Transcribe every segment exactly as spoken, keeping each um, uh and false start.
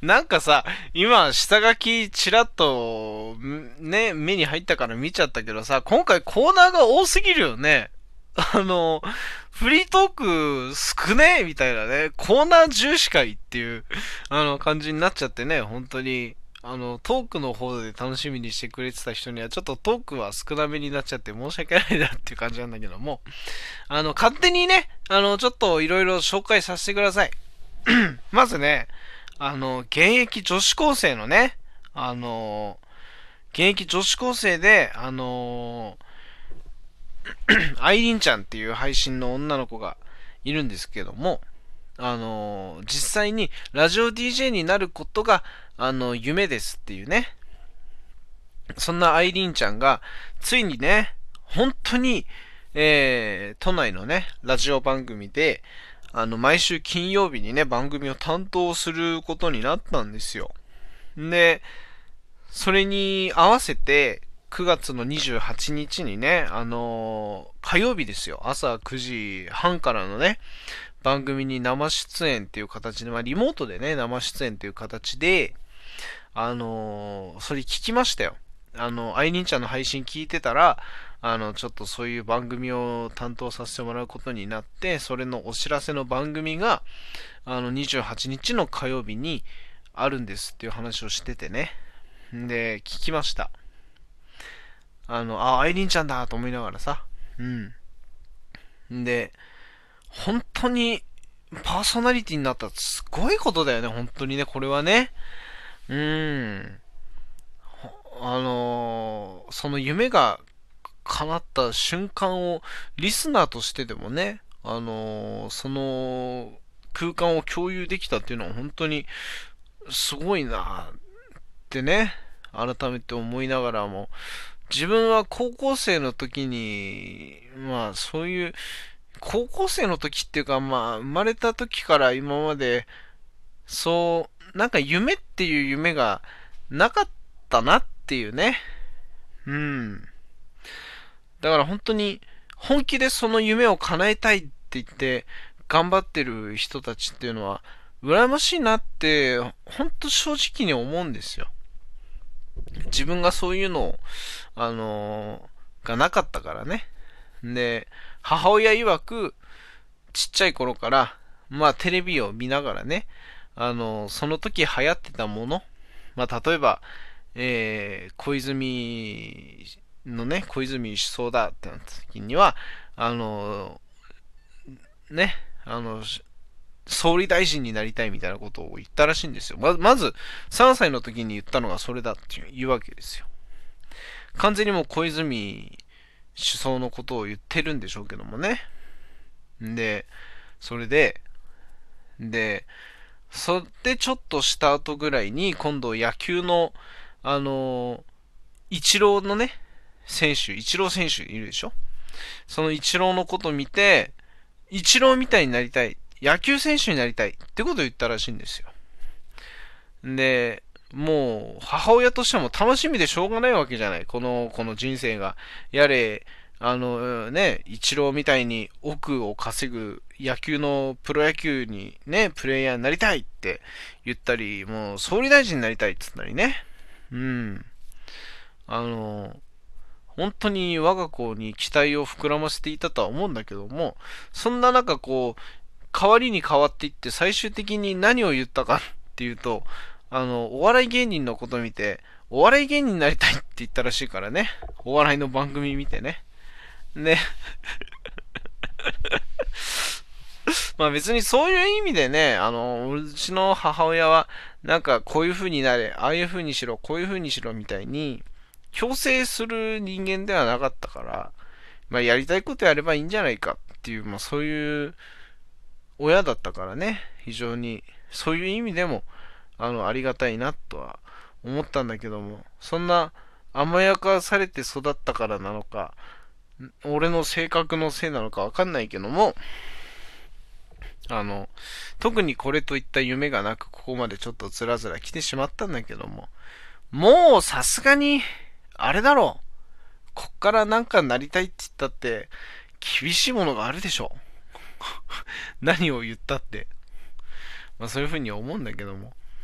なんかさ、今、下書きちらっと、ね、目に入ったから見ちゃったけどさ、今回コーナーが多すぎるよね。あの、フリートーク少ねえみたいなね、コーナー重視会っていう、あの、感じになっちゃってね、本当に。あの、トークの方で楽しみにしてくれてた人には、ちょっとトークは少なめになっちゃって申し訳ないなっていう感じなんだけども、あの、勝手にね、あの、ちょっといろいろ紹介させてください。まずね、あの、現役女子高生のね、あの、現役女子高生で、あの、アイリンちゃんっていう配信の女の子がいるんですけども、あの、実際にラジオ ディージェー になることが、あの、夢ですっていうね、そんなアイリンちゃんが、ついにね、本当に、えー、都内のね、ラジオ番組で、あの、毎週金曜日にね、番組を担当することになったんですよ。で、それに合わせて、くがつのにじゅうはちにちにね、あのー火曜日ですよ。朝くじはんからのね、番組に生出演っていう形で、まあ、リモートでね、生出演っていう形で、あのーそれ聞きましたよ。あの、アイリンちゃんの配信聞いてたら、あの、ちょっとそういう番組を担当させてもらうことになって、それのお知らせの番組が、あの、にじゅうはちにちの火曜日にあるんですっていう話をしててね。で、聞きました。あの、あ、アイリンちゃんだと思いながらさ。うん。で、本当に、パーソナリティになったらすごいことだよね、本当にね、これはね。うーん。あのーその夢が叶った瞬間をリスナーとしてでもね、あのーその空間を共有できたっていうのは本当にすごいなってね、改めて思いながらも、自分は高校生の時に、まあそういう、高校生の時っていうかまあ生まれた時から今まで、そう、なんか夢っていう夢がなかったなっていうね。うん。だから本当に本気でその夢を叶えたいって言って頑張ってる人たちっていうのは羨ましいなって本当正直に思うんですよ。自分がそういうのを、あのーがなかったからね。で、母親曰くちっちゃい頃から、まあテレビを見ながらね、あのーその時流行ってたもの、まあ例えば、えー、小泉のね、小泉首相だってなった時には、あの、ね、あの、総理大臣になりたいみたいなことを言ったらしいんですよ。ままず、さんさいの時に言ったのがそれだっていうわけですよ。完全にもう小泉首相のことを言ってるんでしょうけどもね。で、それで、で、それでちょっとした後ぐらいに、今度野球の、あの、イチローのね、選手、イチロー選手いるでしょ。そのイチローのことを見て、イチローみたいになりたい。野球選手になりたいってことを言ったらしいんですよ。で、もう、母親としても楽しみでしょうがないわけじゃない。この、この人生が。やれ、あのね、イチローみたいに億を稼ぐ野球のプロ野球にね、プレイヤーになりたいって言ったり、もう総理大臣になりたいって言ったりね。うん。あの、本当に我が子に期待を膨らませていたとは思うんだけども、そんな中こう、代わりに変わっていって最終的に何を言ったかっていうと、あの、お笑い芸人のことを見て、お笑い芸人になりたいって言ったらしいからね。お笑いの番組見てね。で、まあ別にそういう意味でね、あの、うちの母親は、なんかこういう風になれ、ああいう風にしろ、こういう風にしろみたいに、強制する人間ではなかったから、まあやりたいことやればいいんじゃないかっていう、まあそういう親だったからね、非常に、そういう意味でも、あの、ありがたいなとは思ったんだけども、そんな甘やかされて育ったからなのか、俺の性格のせいなのかわかんないけども、あの、特にこれといった夢がなく、ここまでちょっとずらずら来てしまったんだけども、もうさすがに、あれだろう。こっからなんかなりたいって言ったって、厳しいものがあるでしょ。何を言ったって。まあそういうふうに思うんだけども。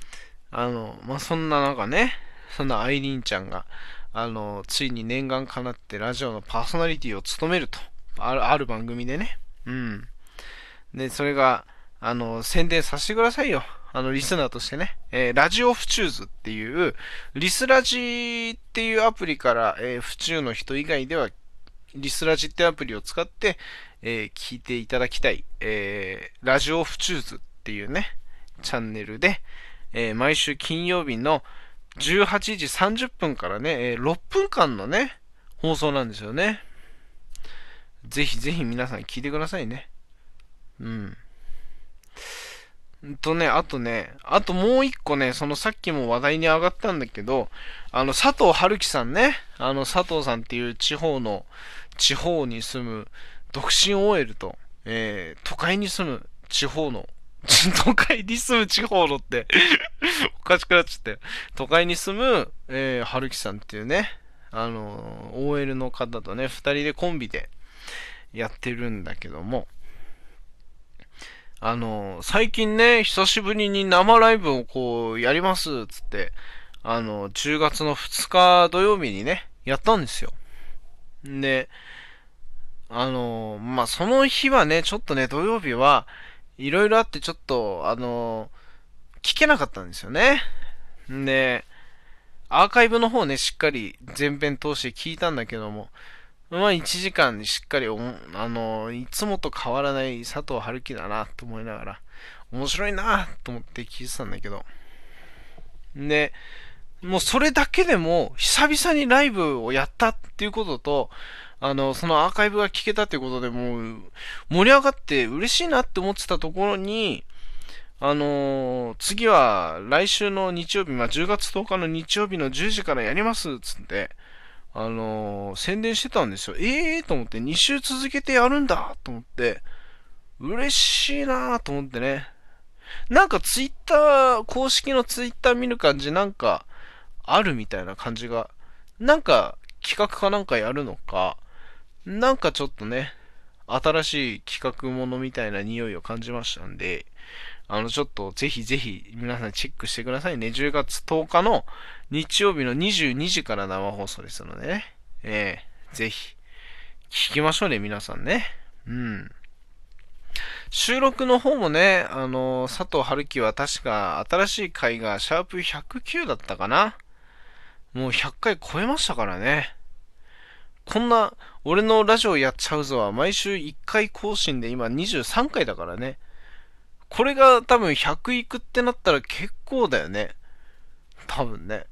あの、まあ、そんな中ね、そんなアイリーンちゃんが、あの、ついに念願かなってラジオのパーソナリティを務めると。ある、ある番組でね。うん。で、それが、あの、宣伝させてくださいよ。あの、リスナーとしてね。えーラジオフチューズっていう、リスラジっていうアプリから、えー、府中の人以外では、リスラジってアプリを使って、えー聞いていただきたい、えーラジオフチューズっていうね、チャンネルで、えー毎週金曜日のじゅうはちじさんじゅっぷんからね、えーろっぷんかんのね、放送なんですよね。ぜひぜひ皆さん聞いてくださいね。うん。んとね、あとね、あともう一個ね、そのさっきも話題に上がったんだけど、あの、佐藤春樹さんね、あの、佐藤さんっていう地方の、地方に住む独身 オーエル と、えー、都会に住む地方の、都会に住む地方のっておかしくなっちゃったよ。都会に住む、えー、春樹さんっていうね、あの、オーエル の方とね、二人でコンビでやってるんだけども、あの、最近ね、久しぶりに生ライブをこう、やります、つって、あの、じゅうがつのふつか土曜日にね、やったんですよ。で、あの、まあ、その日はね、ちょっとね、土曜日は、いろいろあってちょっと、あの、聞けなかったんですよね。で、アーカイブの方ね、しっかり全編通して聞いたんだけども、まあいちじかんにしっかりおあの、いつもと変わらない佐藤春樹だなと思いながら、面白いなと思って聞いてたんだけど。で、もうそれだけでも、久々にライブをやったっていうことと、あの、そのアーカイブが聞けたっていうことでもう、盛り上がって嬉しいなって思ってたところに、あのー次は来週の日曜日、まあ、じゅうがつとおかの日曜日のじゅうじからやりますっつって、あのー宣伝してたんですよ。ええーと思って、に週続けてやるんだと思って、嬉しいなーと思ってね。なんかツイッター、公式のツイッター見る感じ、なんか、あるみたいな感じが、なんか、企画かなんかやるのか、なんかちょっとね、新しい企画ものみたいな匂いを感じましたんで、あの、ちょっとぜひぜひ皆さんチェックしてくださいね。じゅうがつとおかの日曜日のにじゅうにじから生放送ですのでね。えー、ぜひ、聞きましょうね、皆さんね。うん。収録の方もね、あの、佐藤春樹は確か新しい回がシャープひゃくきゅうだったかな。もうひゃっかい超えましたからね。こんな、俺のラジオやっちゃうぞは毎週いっかい更新で今にじゅうさんかいだからね。これが多分ひゃくいくってなったら結構だよね。多分ね。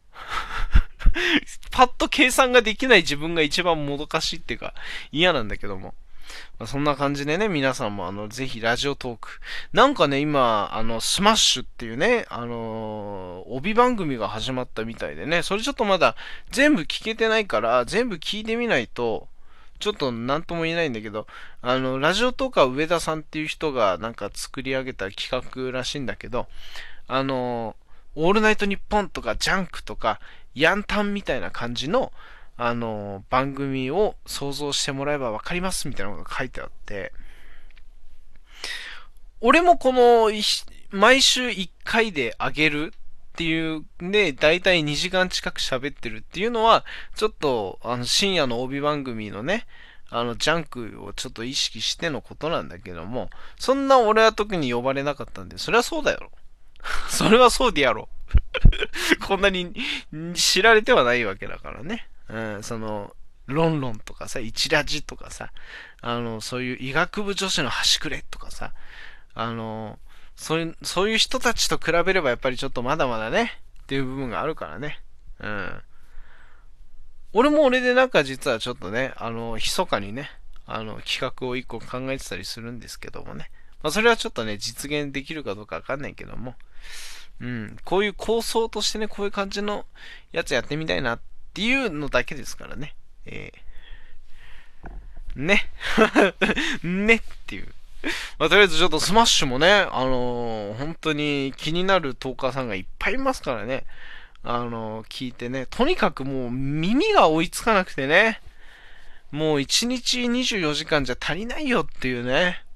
パッと計算ができない自分が一番もどかしいっていうか嫌なんだけども。まあ、そんな感じでね、皆さんもあの、ぜひラジオトーク。なんかね、今、あの、スマッシュっていうね、あのー帯番組が始まったみたいでね、それちょっとまだ全部聞けてないから、全部聞いてみないと、ちょっとなんとも言えないんだけど、あの、ラジオとか上田さんっていう人がなんか作り上げた企画らしいんだけど、あの、オールナイトニッポンとかジャンクとか、ヤンタンみたいな感じの、あの、番組を想像してもらえばわかりますみたいなことが書いてあって、俺もこの、毎週いっかいであげるっていう、で、だいたいにじかん近く喋ってるっていうのは、ちょっと、あの、深夜の帯番組のね、あの、ジャンクをちょっと意識してのことなんだけども、そんな俺は特に呼ばれなかったんで、それはそうだよ。それはそうでやろう。こんなに知られてはないわけだからね。うん、その、ロンロンとかさ、イチラジとかさ、あの、そういう医学部女子の端くれとかさ、あの、そういう、そういう人たちと比べればやっぱりちょっとまだまだね、っていう部分があるからね。うん。俺も俺でなんか実はちょっとね、あの、密かにね、あの、企画を一個考えてたりするんですけどもね。まあそれはちょっとね、実現できるかどうかわかんないけども。うん。こういう構想としてね、こういう感じのやつやってみたいなっていうのだけですからね。えー、ね。ねっていう。まあ、とりあえずちょっとスマッシュもね、あのー本当に気になるトーカーさんがいっぱいいますからね。あのー聞いてね。とにかくもう耳が追いつかなくてね。もういちにちにじゅうよじかんじゃ足りないよっていうね。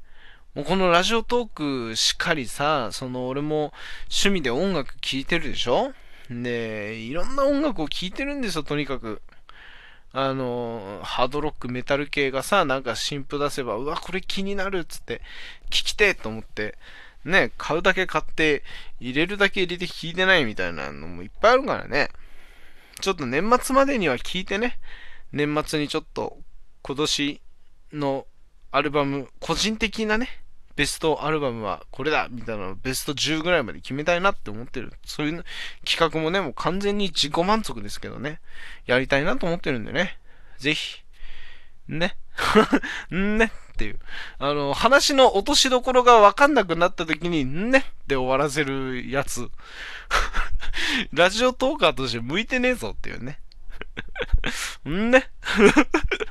もうこのラジオトークしっかりさ、その俺も趣味で音楽聴いてるでしょ。で、いろんな音楽を聴いてるんですよ、とにかく。あの、ハードロック、メタル系がさ、なんか新譜出せば、うわ、これ気になるっつって、聞きてえと思って、ね、買うだけ買って、入れるだけ入れて聞いてないみたいなのもいっぱいあるからね。ちょっと年末までには聞いてね、年末にちょっと今年のアルバム、個人的なね、ベストアルバムはこれだみたいなのをベストじゅうぐらいまで決めたいなって思ってる。そういう企画もね、もう完全に自己満足ですけどね。やりたいなと思ってるんでね。ぜひ、ね。んねっていう。あの、話の落としどころがわかんなくなった時に、んねって終わらせるやつ。ラジオトーカーとして向いてねえぞっていうね。んね